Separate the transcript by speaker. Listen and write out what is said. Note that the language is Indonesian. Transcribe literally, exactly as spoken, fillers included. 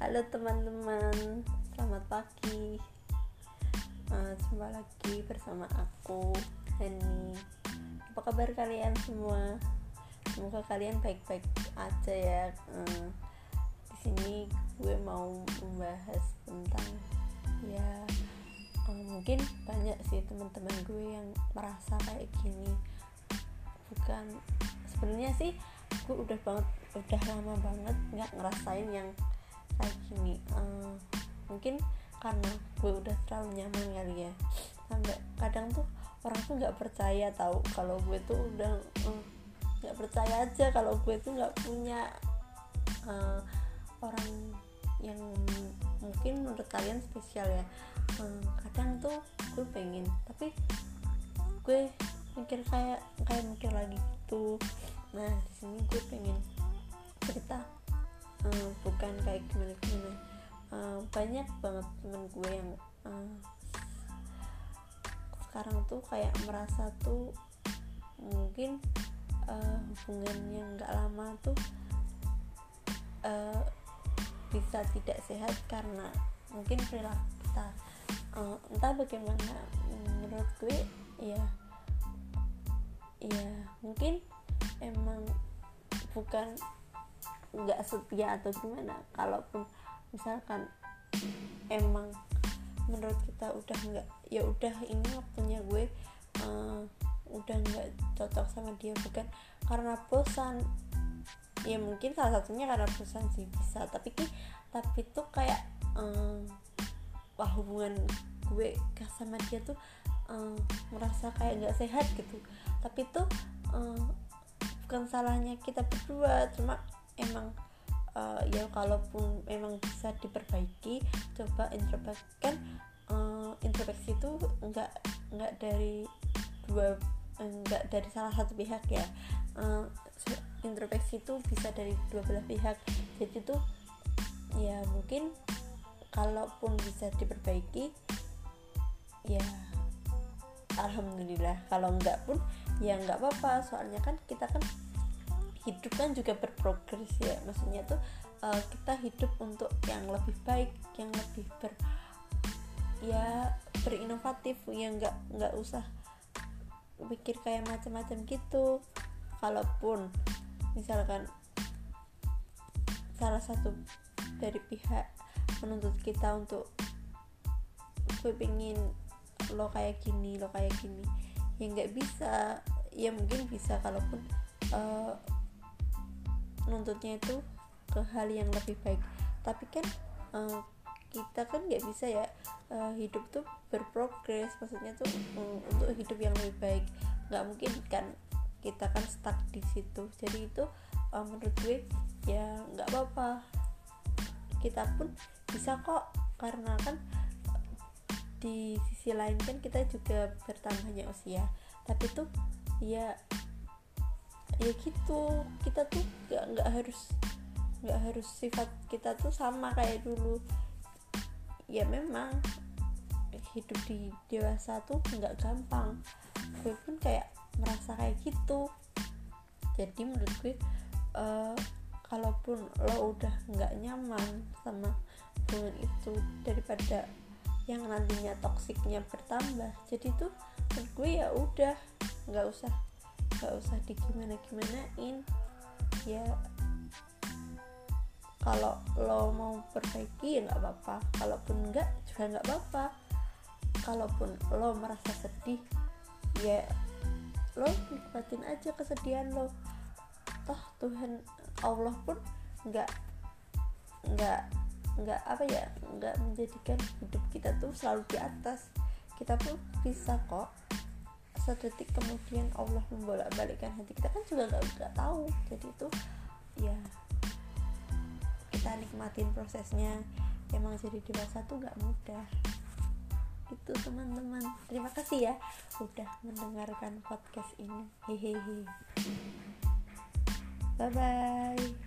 Speaker 1: Halo teman-teman, selamat pagi. uh, Jumpa lagi bersama aku, Hani. Apa kabar kalian semua? Semoga kalian baik-baik aja ya. uh, Di sini gue mau membahas tentang ya uh, mungkin banyak sih teman-teman gue yang merasa kayak gini. Bukan, sebenarnya sih gue udah banget udah lama banget nggak ngerasain yang kayak gini. uh, mungkin karena gue udah terlalu nyaman kali ya, sampai kadang tuh orang tuh nggak percaya tahu kalau gue tuh udah nggak uh, percaya aja kalau gue tuh nggak punya uh, orang yang mungkin menurut kalian spesial ya. uh, kadang tuh gue pengen, tapi gue mikir kayak kayak mikir lagi gitu. Nah di sini gue pengen cerita, uh, bukan kayak gimana gimana. Uh, banyak banget temen gue yang uh, sekarang tuh kayak merasa tuh mungkin uh, hubungan yang nggak lama tuh uh, bisa tidak sehat karena mungkin perilaku kita. Uh, entah bagaimana, menurut gue ya ya mungkin emang bukan nggak setia atau gimana. Kalaupun misalkan emang menurut kita udah nggak, ya udah ini waktunya gue uh, udah nggak cocok sama dia, bukan karena bosan. Ya mungkin salah satunya karena bosan sih bisa, tapi tapi tuh kayak um, wah hubungan gue sama dia tuh um, merasa kayak nggak sehat gitu. Tapi tuh um, bukan salahnya kita berdua, cuma emang uh, ya kalaupun memang bisa diperbaiki, coba introspeksikan. uh, introspeksi itu enggak enggak dari dua enggak dari salah satu pihak ya. uh, introspeksi itu bisa dari dua belah pihak. Jadi tuh ya mungkin kalaupun bisa diperbaiki ya alhamdulillah, kalau enggak pun ya enggak apa-apa. Soalnya kan kita kan hidup kan juga berprogres ya, maksudnya tuh uh, kita hidup untuk yang lebih baik, yang lebih ber ya berinovatif, ya nggak nggak usah pikir kayak macam-macam gitu. Kalaupun misalkan salah satu dari pihak menuntut kita untuk gue pengen lo kayak gini lo kayak gini ya nggak bisa. Ya mungkin bisa kalaupun uh, nuntutnya itu ke hal yang lebih baik, tapi kan uh, kita kan nggak bisa ya uh, hidup tuh berprogres, maksudnya tuh um, untuk hidup yang lebih baik. Nggak mungkin kan kita kan stuck di situ. Jadi itu uh, menurut gue ya nggak apa-apa, kita pun bisa kok, karena kan di sisi lain kan kita juga bertambahnya usia. Tapi tuh ya ya gitu, kita tuh nggak nggak harus nggak harus sifat kita tuh sama kayak dulu. Ya memang hidup di dewasa tuh nggak gampang, gue pun kayak merasa kayak gitu. Jadi menurut gue uh, kalaupun lo udah nggak nyaman sama hubungan itu, daripada yang nantinya toksiknya bertambah, jadi tuh menurut gue ya udah nggak usah nggak usah digimana-gimanain ya. Kalau lo mau perbaiki ya nggak apa-apa, kalaupun enggak juga nggak apa-apa. Kalaupun lo merasa sedih ya lo nikmatin aja kesedihan lo. Toh Tuhan Allah pun nggak nggak nggak apa ya nggak menjadikan hidup kita tuh selalu di atas. Kita pun bisa kok sedetik kemudian Allah membolak-balikkan hati kita, kan juga nggak nggak tahu. Jadi itu ya kita nikmatin prosesnya. Emang jadi dewasa tuh nggak mudah gitu teman-teman. Terima kasih ya udah mendengarkan podcast ini. Hehehe, bye bye.